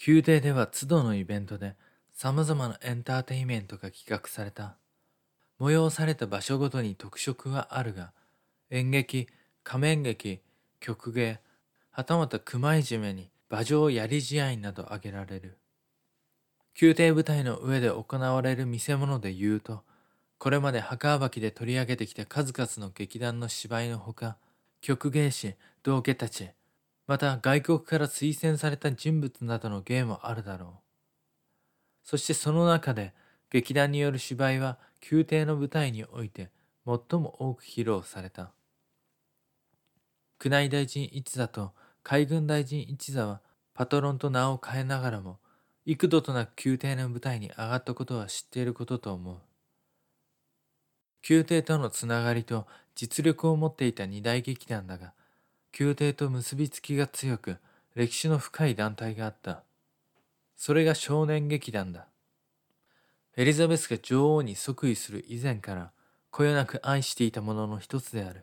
宮廷では都度のイベントで様々なエンターテインメントが企画された。催された場所ごとに特色はあるが、演劇、仮面劇、曲芸、はたまた熊いじめに馬上やり試合など挙げられる。宮廷舞台の上で行われる見せ物で言うと、これまで墓暴きで取り上げてきた数々の劇団の芝居のほか、曲芸師、道家たち、また外国から推薦された人物などの芸もあるだろう。そしてその中で劇団による芝居は宮廷の舞台において最も多く披露された。宮内大臣一座と海軍大臣一座はパトロンと名を変えながらも幾度となく宮廷の舞台に上がったことは知っていることと思う。宮廷とのつながりと実力を持っていた二大劇団だが、宮廷と結びつきが強く歴史の深い団体があった。それが少年劇団だ。エリザベスが女王に即位する以前からこよなく愛していたものの一つである。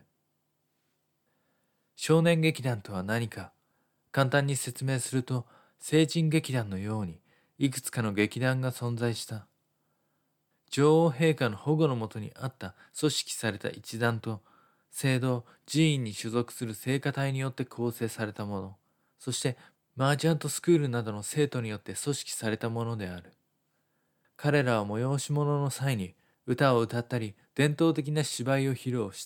少年劇団とは何か、簡単に説明すると、成人劇団のようにいくつかの劇団が存在した。女王陛下の保護のもとにあった組織された一団と、聖堂、寺院に所属する聖歌隊によって構成されたもの、そしてマーチャントスクールなどの生徒によって組織されたものである。彼らは催し物の際に歌を歌ったり伝統的な芝居を披露した。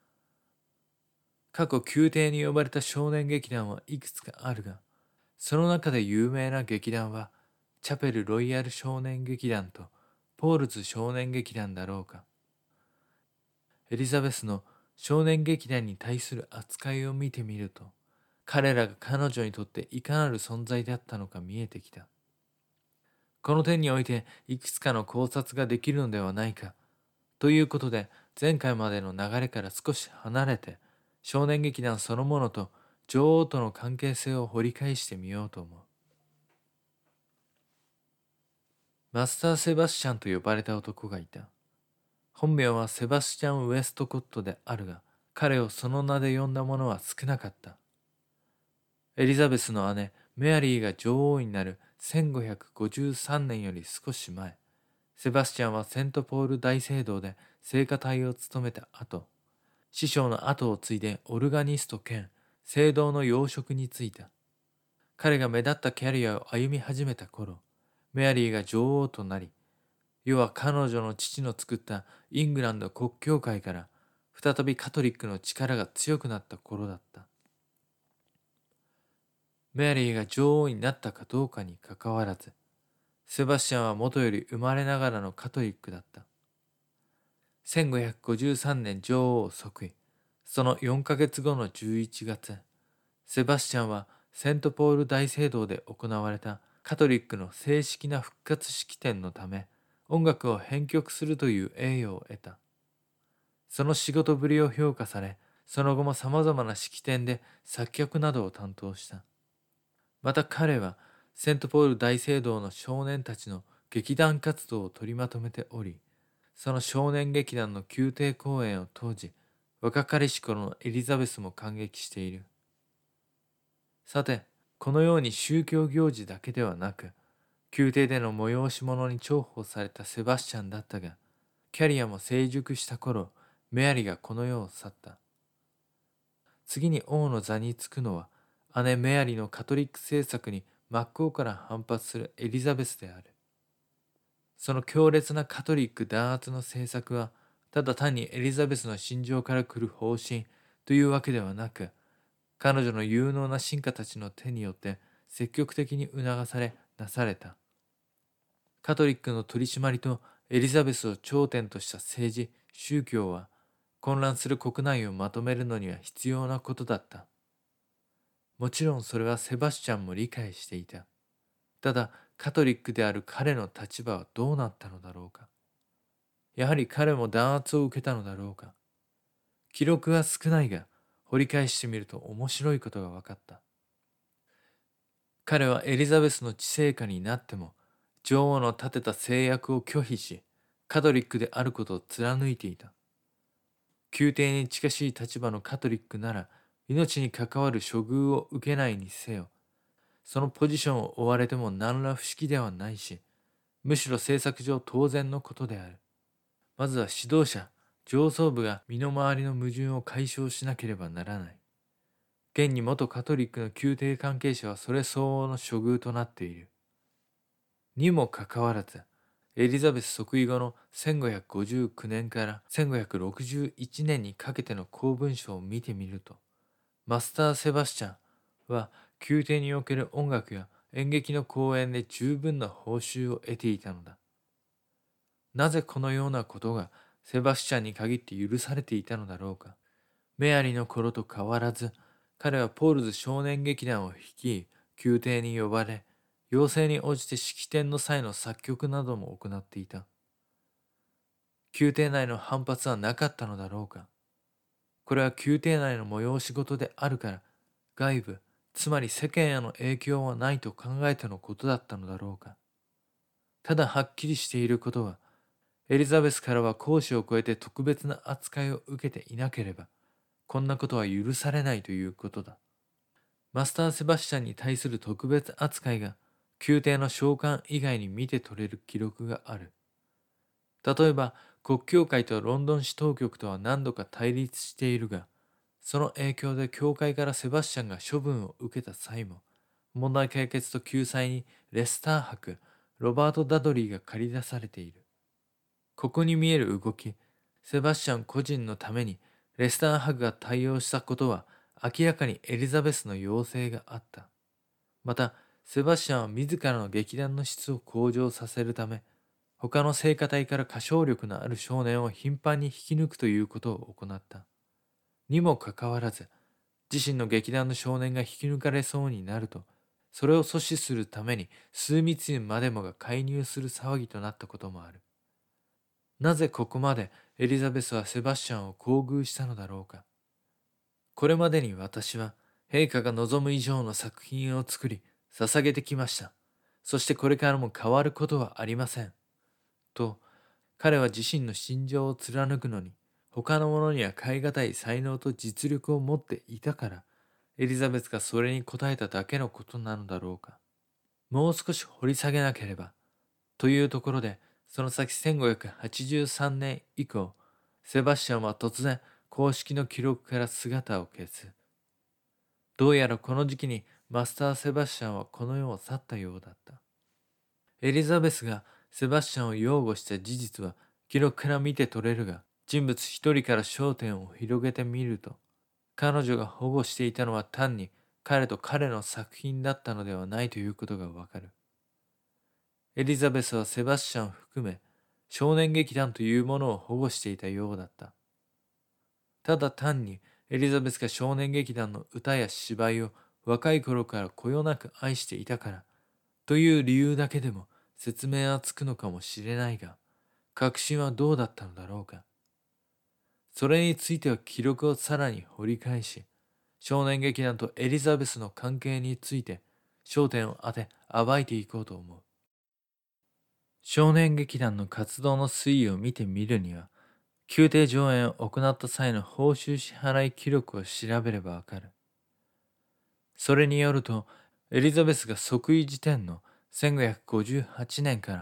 過去宮廷に呼ばれた少年劇団はいくつかあるが、その中で有名な劇団はチャペルロイヤル少年劇団とポールズ少年劇団だろうか。エリザベスの少年劇団に対する扱いを見てみると、彼らが彼女にとっていかなる存在であったのか見えてきた。この点においていくつかの考察ができるのではないか。ということで、前回までの流れから少し離れて、少年劇団そのものと女王との関係性を掘り返してみようと思う。マスター・セバスチャンと呼ばれた男がいた。本名はセバスチャン・ウエストコットであるが、彼をその名で呼んだ者は少なかった。エリザベスの姉、メアリーが女王になる1553年より少し前、セバスチャンはセントポール大聖堂で聖歌隊を務めた後、師匠の後を継いでオルガニスト兼聖堂の要職に就いた。彼が目立ったキャリアを歩み始めた頃、メアリーが女王となり、世は彼女の父の作ったイングランド国教会から再びカトリックの力が強くなった頃だった。メアリーが女王になったかどうかにかかわらず、セバスチャンは元より生まれながらのカトリックだった。1553年女王即位、その4ヶ月後の11月、セバスチャンはセントポール大聖堂で行われたカトリックの正式な復活式典のため、音楽を編曲するという栄誉を得た。その仕事ぶりを評価され、その後も様々な式典で作曲などを担当した。また彼はセントポール大聖堂の少年たちの劇団活動を取りまとめており、その少年劇団の宮廷公演を当時、若かりし頃のエリザベスも感激している。さて、このように宗教行事だけではなく、宮廷での催し物に重宝されたセバスチャンだったが、キャリアも成熟した頃、メアリがこの世を去った。次に王の座に就くのは、姉メアリのカトリック政策に真っ向から反発するエリザベスである。その強烈なカトリック弾圧の政策は、ただ単にエリザベスの心情から来る方針というわけではなく、彼女の有能な臣下たちの手によって積極的に促されなされた。カトリックの取り締まりとエリザベスを頂点とした政治、宗教は混乱する国内をまとめるのには必要なことだった。もちろんそれはセバスチャンも理解していた。ただ、カトリックである彼の立場はどうなったのだろうか。やはり彼も弾圧を受けたのだろうか。記録は少ないが、掘り返してみると面白いことが分かった。彼はエリザベスの治世下になっても、女王の立てた制約を拒否し、カトリックであることを貫いていた。宮廷に近しい立場のカトリックなら、命に関わる処遇を受けないにせよ、 そのポジションを追われても何ら不思議ではないし、むしろ政策上当然のことである。まずは指導者、上層部が身の回りの矛盾を解消しなければならない。現に元カトリックの宮廷関係者はそれ相応の処遇となっている。にもかかわらず、エリザベス即位後の1559年から1561年にかけての公文書を見てみると、マスター・セバスチャンは宮廷における音楽や演劇の公演で十分な報酬を得ていたのだ。なぜこのようなことがセバスチャンに限って許されていたのだろうか。メアリの頃と変わらず、彼はポールズ少年劇団を率い、宮廷に呼ばれ、要請に応じて式典の際の作曲なども行っていた。宮廷内の反発はなかったのだろうか。これは宮廷内の催し事であるから、外部、つまり世間への影響はないと考えてのことだったのだろうか。ただはっきりしていることは、エリザベスからは公使を超えて特別な扱いを受けていなければ、こんなことは許されないということだ。マスター・セバスチャンに対する特別扱いが、宮廷の召喚以外に見て取れる記録がある。例えば、国教会とロンドン市当局とは何度か対立しているが、その影響で教会からセバスチャンが処分を受けた際も、問題解決と救済にレスター伯、ロバート・ダドリーが駆り出されている。ここに見える動き、セバスチャン個人のためにレスター伯が対応したことは明らかにエリザベスの要請があった。また、セバスチャンは自らの劇団の質を向上させるため、他の聖歌隊から歌唱力のある少年を頻繁に引き抜くということを行った。にもかかわらず、自身の劇団の少年が引き抜かれそうになると、それを阻止するために枢密院までもが介入する騒ぎとなったこともある。なぜここまでエリザベスはセバスチャンを厚遇したのだろうか。これまでに私は陛下が望む以上の作品を作り捧げてきました。そしてこれからも変わることはありません。と、彼は自身の信条を貫くのに他の者には代え難い才能と実力を持っていたから、エリザベスがそれに応えただけのことなのだろうか。もう少し掘り下げなければ。というところで、その先1583年以降、セバスチャンは突然公式の記録から姿を消す。どうやらこの時期にマスター・セバスチャンはこの世を去ったようだった。エリザベスがセバスチャンを擁護した事実は記録から見て取れるが、人物一人から焦点を広げてみると、彼女が保護していたのは単に彼と彼の作品だったのではないということがわかる。エリザベスはセバスチャンを含め少年劇団というものを保護していたようだった。ただ単にエリザベスが少年劇団の歌や芝居を若い頃からこよなく愛していたからという理由だけでも説明はつくのかもしれないが、確信はどうだったのだろうか。それについては記録をさらに掘り返し、少年劇団とエリザベスの関係について焦点を当て暴いていこうと思う。少年劇団の活動の推移を見てみるには、宮廷上演を行った際の報酬支払い記録を調べればわかる。それによると、エリザベスが即位時点の1558年から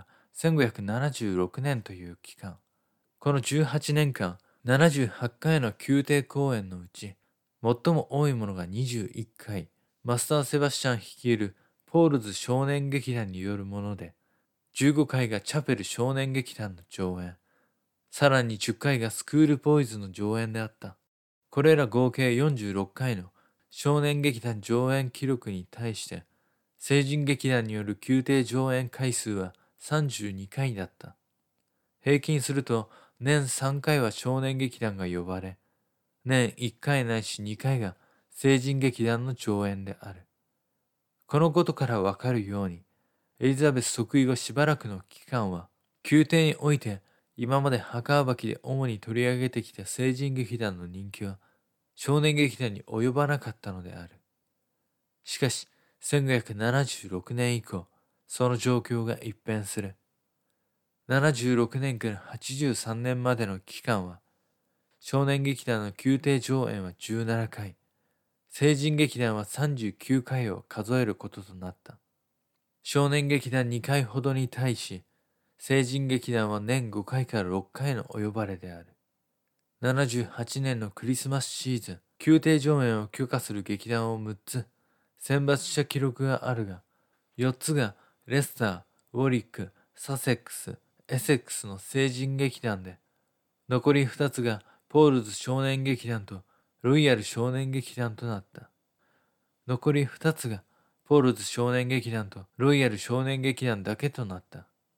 1576年という期間、この18年間、78回の宮廷公演のうち、最も多いものが21回、マスター・セバスチャン率いるポールズ少年劇団によるもので、15回がチャペル少年劇団の上演、さらに10回がスクールボーイズの上演であった。これら合計46回の少年劇団上演記録に対して、成人劇団による宮廷上演回数は32回だった。平均すると年3回は少年劇団が呼ばれ、年1回ないし2回が成人劇団の上演である。このことからわかるように、エリザベス即位後しばらくの期間は、宮廷において今まで墓場きで主に取り上げてきた成人劇団の人気は少年劇団に及ばなかったのである。しかし、1576年以降、その状況が一変する。76年から83年までの期間は、少年劇団の宮廷上演は17回、 成人劇団は39回を数えることとなった。少年劇団2回ほどに対し、成人劇団は年5回から6回のお呼ばれである。78年のクリスマスシーズン、宮廷上演を許可する劇団を6つ選抜した記録があるが、4つがレスター、ウォリック、サセックス、エセックスの成人劇団で、残り2つがポールズ少年劇団とロイヤル少年劇団となった。残り2つがポールズ少年劇団とロイヤル少年劇団だけとなった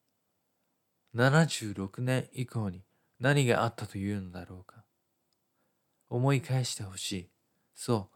。76年以降に何があったというのだろうか。思い返してほしい。そう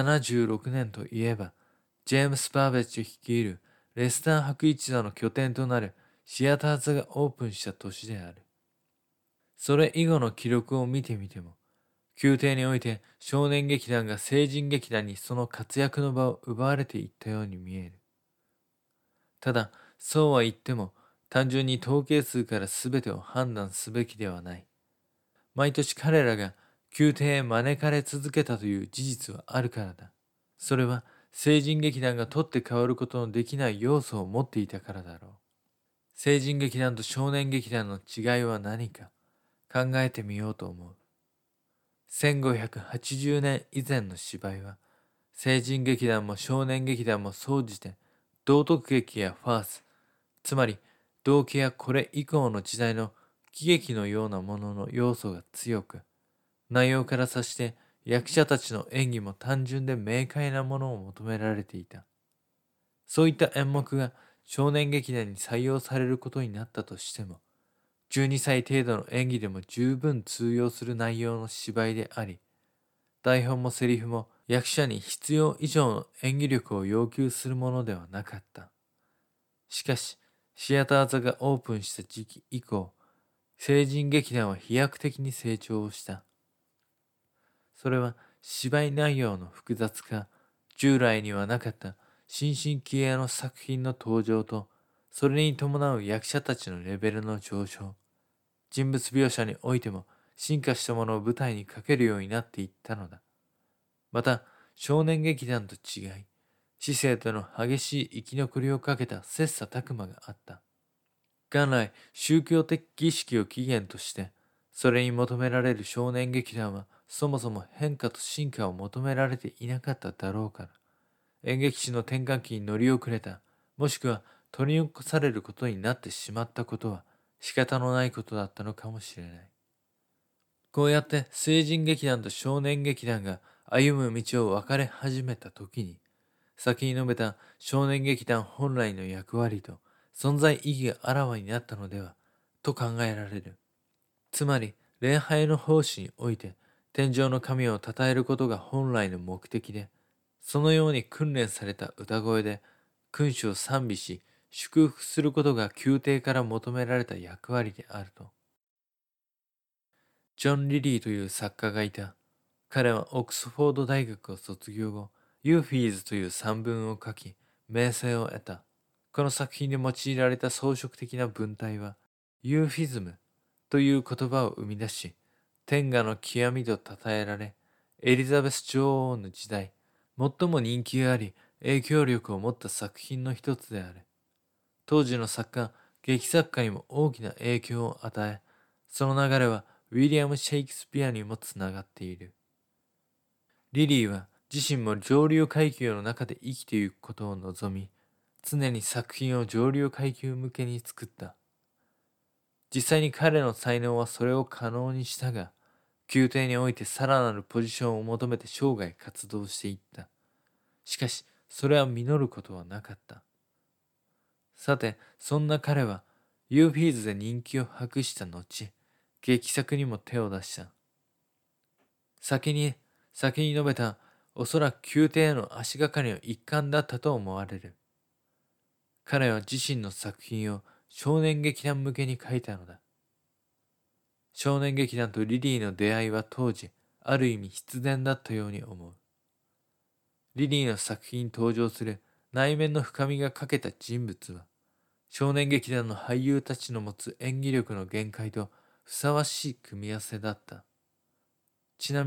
、76年といえば、ジェームス・バーベッジ率いるレスター博一座の拠点となるシアターズがオープンした年である。それ以後の記録を見てみても、宮廷において少年劇団が成人劇団にその活躍の場を奪われていったように見える。ただ、そうは言っても、単純に統計数から全てを判断すべきではない。毎年彼らが宮廷へ招かれ続けたという事実はあるからだ。それは成人劇団が取って代わることのできない要素を持っていたからだろう。成人劇団と少年劇団の違いは何か考えてみようと思う。1580年以前の芝居は、成人劇団も少年劇団も総じて道徳劇やファース、つまり道家やこれ以降の時代の喜劇のようなものの要素が強く、内容から察して役者たちの演技も単純で明快なものを求められていた。そういった演目が少年劇団に採用されることになったとしても、12歳程度の演技でも十分通用する内容の芝居であり、台本もセリフも役者に必要以上の演技力を要求するものではなかった。しかし、シアター座がオープンした時期以降、成人劇団は飛躍的に成長した。それは芝居内容の複雑化、従来にはなかった新進気鋭の作品の登場と、それに伴う役者たちのレベルの上昇、人物描写においても進化したものを舞台にかけるようになっていったのだ。また、少年劇団と違い、知性との激しい生き残りをかけた切磋琢磨があった。元来、宗教的儀式を起源として、それに求められる少年劇団は、そもそも変化と進化を求められていなかっただろうから、演劇史の転換期に乗り遅れた、もしくは取り残されることになってしまったことは、仕方のないことだったのかもしれない。こうやって成人劇団と少年劇団が歩む道を分かれ始めた時に、先に述べた少年劇団本来の役割と存在意義があらわになったのでは、と考えられる。つまり、礼拝の奉仕において、天上の神を称えることが本来の目的で、そのように訓練された歌声で君主を賛美し、祝福することが宮廷から求められた役割であると。ジョン・リリーという作家がいた。彼はオックスフォード大学を卒業後、ユーフィーズという散文を書き、名声を得た。この作品で用いられた装飾的な文体は、ユーフィズムという言葉を生み出し、天下の極みと称えられ、エリザベス女王の時代、最も人気があり、影響力を持った作品の一つである。当時の作家、劇作家にも大きな影響を与え、その流れはウィリアム・シェイクスピアにもつながっている。リリーは自身も上流階級の中で生きていくことを望み、常に作品を上流階級向けに作った。実際に彼の才能はそれを可能にしたが、宮廷においてさらなるポジションを求めて生涯活動していった。しかし、それは実ることはなかった。さて、そんな彼は、ユーフィーズで人気を博した後、劇作にも手を出した。先に述べた、おそらく宮廷への足がかりの一環だったと思われる。彼は自身の作品を少年劇団向けに書いたのだ。少年劇団とリリーの出会いは当時、ある意味必然だったように思う。リリーの作品に登場する内面の深みが欠けた人物は、少年劇団の俳優たちの持つ演技力の限界とふさわしい組み合わせだった。ちなみに、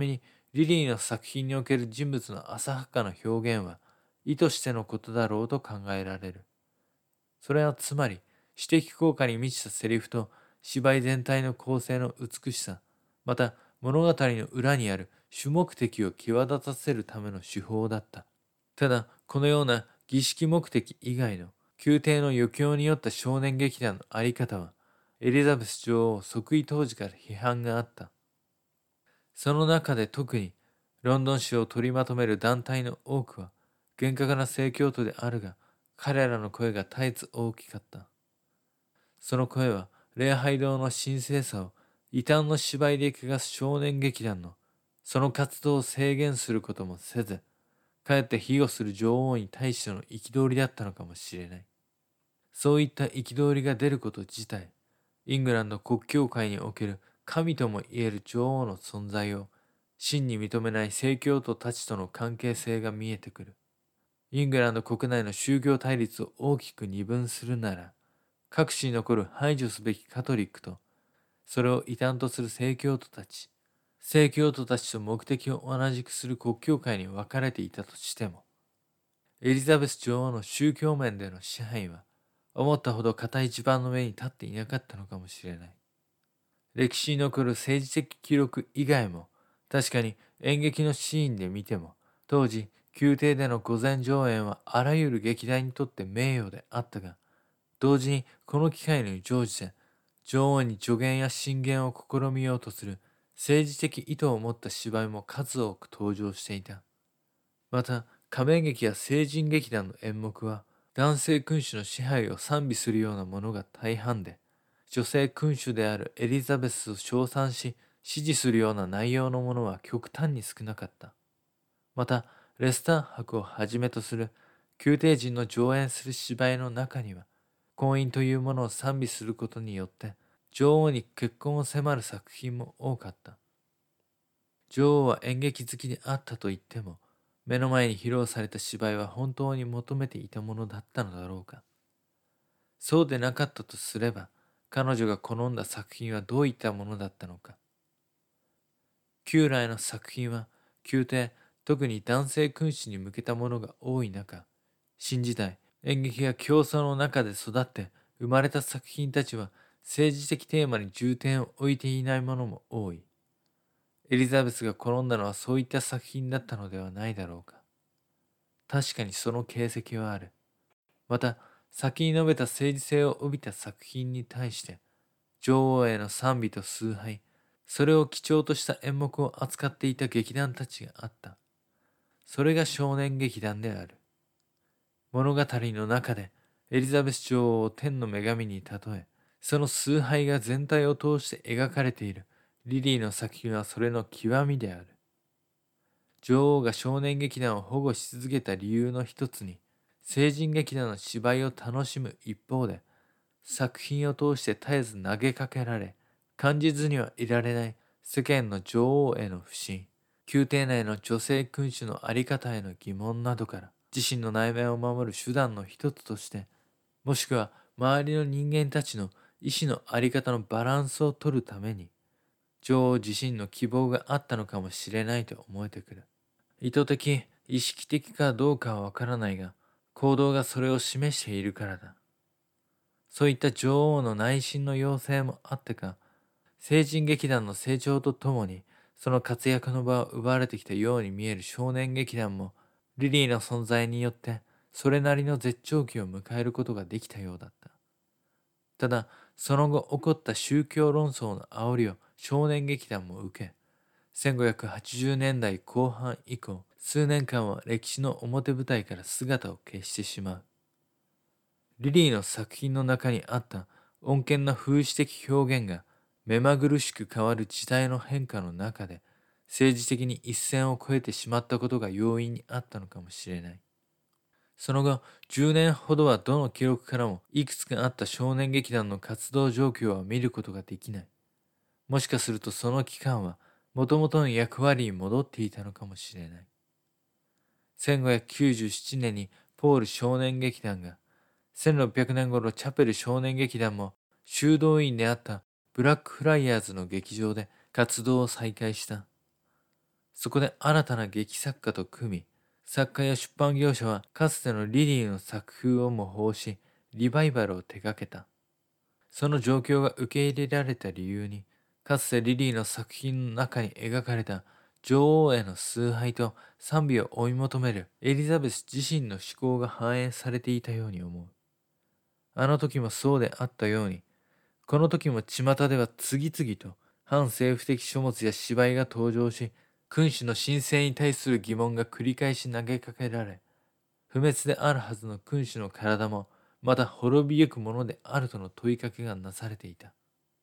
リリーの作品における人物の浅はかな表現は意図してのことだろうと考えられる。それはつまり、詩的効果に満ちたセリフと芝居全体の構成の美しさ、また物語の裏にある主目的を際立たせるための手法だった。ただ、このような儀式目的以外の宮廷の余興によった少年劇団のあり方は、エリザベス女王即位当時から批判があった。その中で特に、ロンドン市を取りまとめる団体の多くは、厳格な正教徒であるが、彼らの声が絶えず大きかった。その声は、礼拝堂の神聖さを異端の芝居で汚す少年劇団の、その活動を制限することもせず、かえって庇護する女王に対しての憤りだったのかもしれない。そういった憤りが出ること自体、イングランド国教会における神ともいえる女王の存在を真に認めない正教徒たちとの関係性が見えてくる。イングランド国内の宗教対立を大きく二分するなら、各地に残る排除すべきカトリックと、それを異端とする正教徒たち、正教徒たちと目的を同じくする国教会に分かれていたとしても、エリザベス女王の宗教面での支配は、思ったほど固い地盤の上に立っていなかったのかもしれない。歴史に残る政治的記録以外も、確かに演劇のシーンで見ても、当時、宮廷での御前上演はあらゆる劇団にとって名誉であったが、同時にこの機会に乗じて、女王に助言や進言を試みようとする政治的意図を持った芝居も数多く登場していた。また、仮面劇や成人劇団の演目は、男性君主の支配を賛美するようなものが大半で、女性君主であるエリザベスを称賛し、支持するような内容のものは極端に少なかった。また、レスター博をはじめとする宮廷人の上演する芝居の中には、婚姻というものを賛美することによって、女王に結婚を迫る作品も多かった。女王は演劇好きであったと言っても、目の前に披露された芝居は本当に求めていたものだったのだろうか。そうでなかったとすれば、彼女が好んだ作品はどういったものだったのか。旧来の作品は、宮廷、特に男性君主に向けたものが多い中、新時代、演劇が競争の中で育って生まれた作品たちは政治的テーマに重点を置いていないものも多い。エリザベスが好んだのはそういった作品だったのではないだろうか。確かにその形跡はある。また、先に述べた政治性を帯びた作品に対して、女王への賛美と崇拝、それを基調とした演目を扱っていた劇団たちがあった。それが少年劇団である。物語の中でエリザベス女王を天の女神に例え、その崇拝が全体を通して描かれているリリーの作品はそれの極みである。女王が少年劇団を保護し続けた理由の一つに、成人劇団の芝居を楽しむ一方で、作品を通して絶えず投げかけられ、感じずにはいられない世間の女王への不信、宮廷内の女性君主のあり方への疑問などから、自身の内面を守る手段の一つとして、もしくは周りの人間たちの意志のあり方のバランスを取るために、女王自身の希望があったのかもしれないと思えてくる。意図的、意識的かどうかはわからないが、行動がそれを示しているからだ。そういった女王の内心の要請もあってか、成人劇団の成長とともに、その活躍の場を奪われてきたように見える少年劇団も、リリーの存在によって、それなりの絶頂期を迎えることができたようだった。ただ、その後起こった宗教論争の煽りを少年劇団も受け、1580年代後半以降、数年間は歴史の表舞台から姿を消してしまう。リリーの作品の中にあった穏健な風刺的表現が目まぐるしく変わる時代の変化の中で政治的に一線を越えてしまったことが要因にあったのかもしれない。その後、10年ほどはどの記録からもいくつかあった少年劇団の活動状況は見ることができない。もしかするとその期間は元々の役割に戻っていたのかもしれない。1597年にポール少年劇団が、1600年頃チャペル少年劇団も修道院であったブラックフライヤーズの劇場で活動を再開した。 そこで新たな劇作家と組み、作家や出版業者はかつてのリリーの作風を模倣し、リバイバルを手掛けた。その状況が受け入れられた理由に、かつてリリーの作品の中に描かれた女王への崇拝と賛美を追い求めるエリザベス自身の思考が反映されていたように思う。あの時もそうであったように、この時も巷では次々と反政府的書物や芝居が登場し、君主の神聖に対する疑問が繰り返し投げかけられ、不滅であるはずの君主の体もまた滅びゆくものであるとの問いかけがなされていた。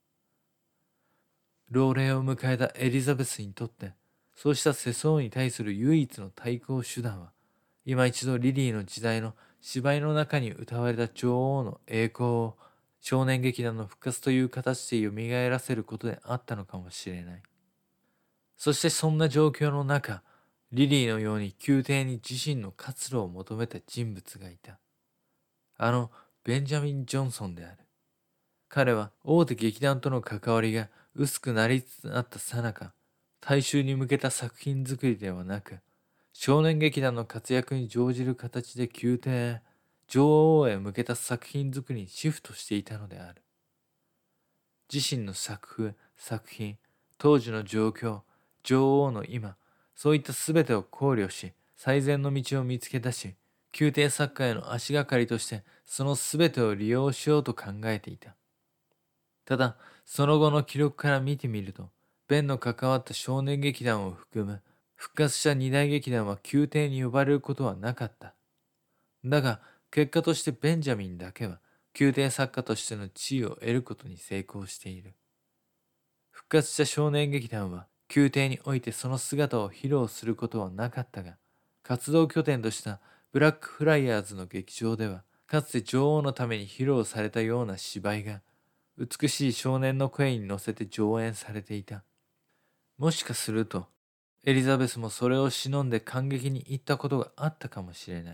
老齢を迎えたエリザベスにとって、そうした世相に対する唯一の対抗手段は、今一度リリーの時代の芝居の中に歌われた女王の栄光を少年劇団の復活という形で蘇らせることであったのかもしれない。そしてそんな状況の中、リリーのように宮廷に自身の活路を求めた人物がいた。あのベンジャミン・ジョンソンである。彼は大手劇団との関わりが薄くなりつつあった最中、大衆に向けた作品作りではなく、少年劇団の活躍に乗じる形で宮廷へ、女王へ向けた作品作りにシフトしていたのである。自身の作風、作品、当時の状況、女王の今、そういった全てを考慮し、最善の道を見つけ出し、宮廷作家への足がかりとしてその全てを利用しようと考えていた。ただ、その後の記録から見てみると、ベンの関わった少年劇団を含む復活した二大劇団は宮廷に呼ばれることはなかった。だが、結果としてベンジャミンだけは宮廷作家としての地位を得ることに成功している。復活した少年劇団は宮廷においてその姿を披露することはなかったが、活動拠点としたブラックフライヤーズの劇場では、かつて女王のために披露されたような芝居が、美しい少年の声に乗せて上演されていた。もしかすると、エリザベスもそれを忍んで感激に行ったことがあったかもしれない。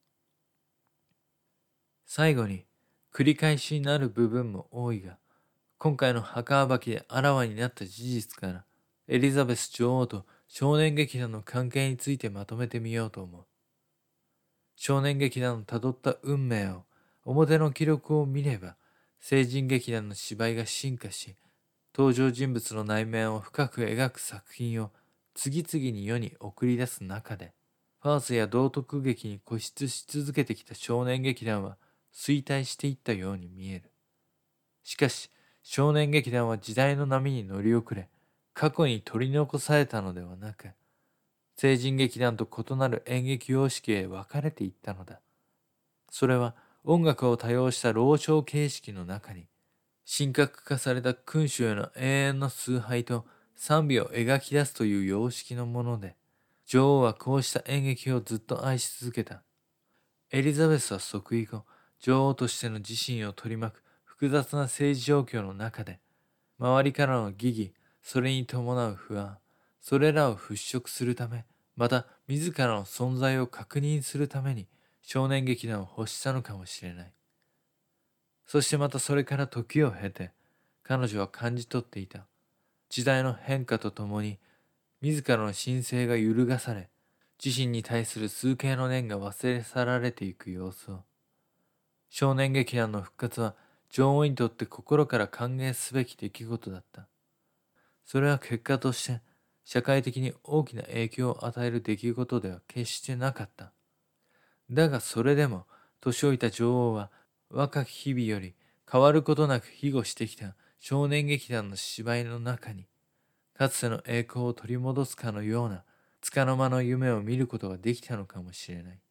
最後に、繰り返しになる部分も多いが、今回の墓暴きであらわになった事実から、エリザベス女王と少年劇団の関係についてまとめてみようと思う。少年劇団のたどった運命を表の記録を見れば、成人劇団の芝居が進化し、登場人物の内面を深く描く作品を次々に世に送り出す中で、ファースや道徳劇に固執し続けてきた少年劇団は衰退していったように見える。しかし、少年劇団は時代の波に乗り遅れ、過去に取り残されたのではなく、成人劇団と異なる演劇様式へ分かれていったのだ。それは音楽を多用した老唱形式の中に、神格化された君主への永遠の崇拝と賛美を描き出すという様式のもので、女王はこうした演劇をずっと愛し続けた。エリザベスは即位後、女王としての自身を取り巻く複雑な政治状況の中で、周りからの疑義、それに伴う不安、それらを払拭するため、また自らの存在を確認するために少年劇団を欲したのかもしれない。そしてまたそれから時を経て、彼女は感じ取っていた。時代の変化とともに、自らの神聖が揺るがされ、自身に対する崇敬の念が忘れ去られていく様子を。少年劇団の復活は女王にとって心から歓迎すべき出来事だった。それは結果として社会的に大きな影響を与える出来事では決してなかった。だがそれでも年老いた女王は若き日々より変わることなく庇護してきた少年劇団の芝居の中に、かつての栄光を取り戻すかのような束の間の夢を見ることができたのかもしれない。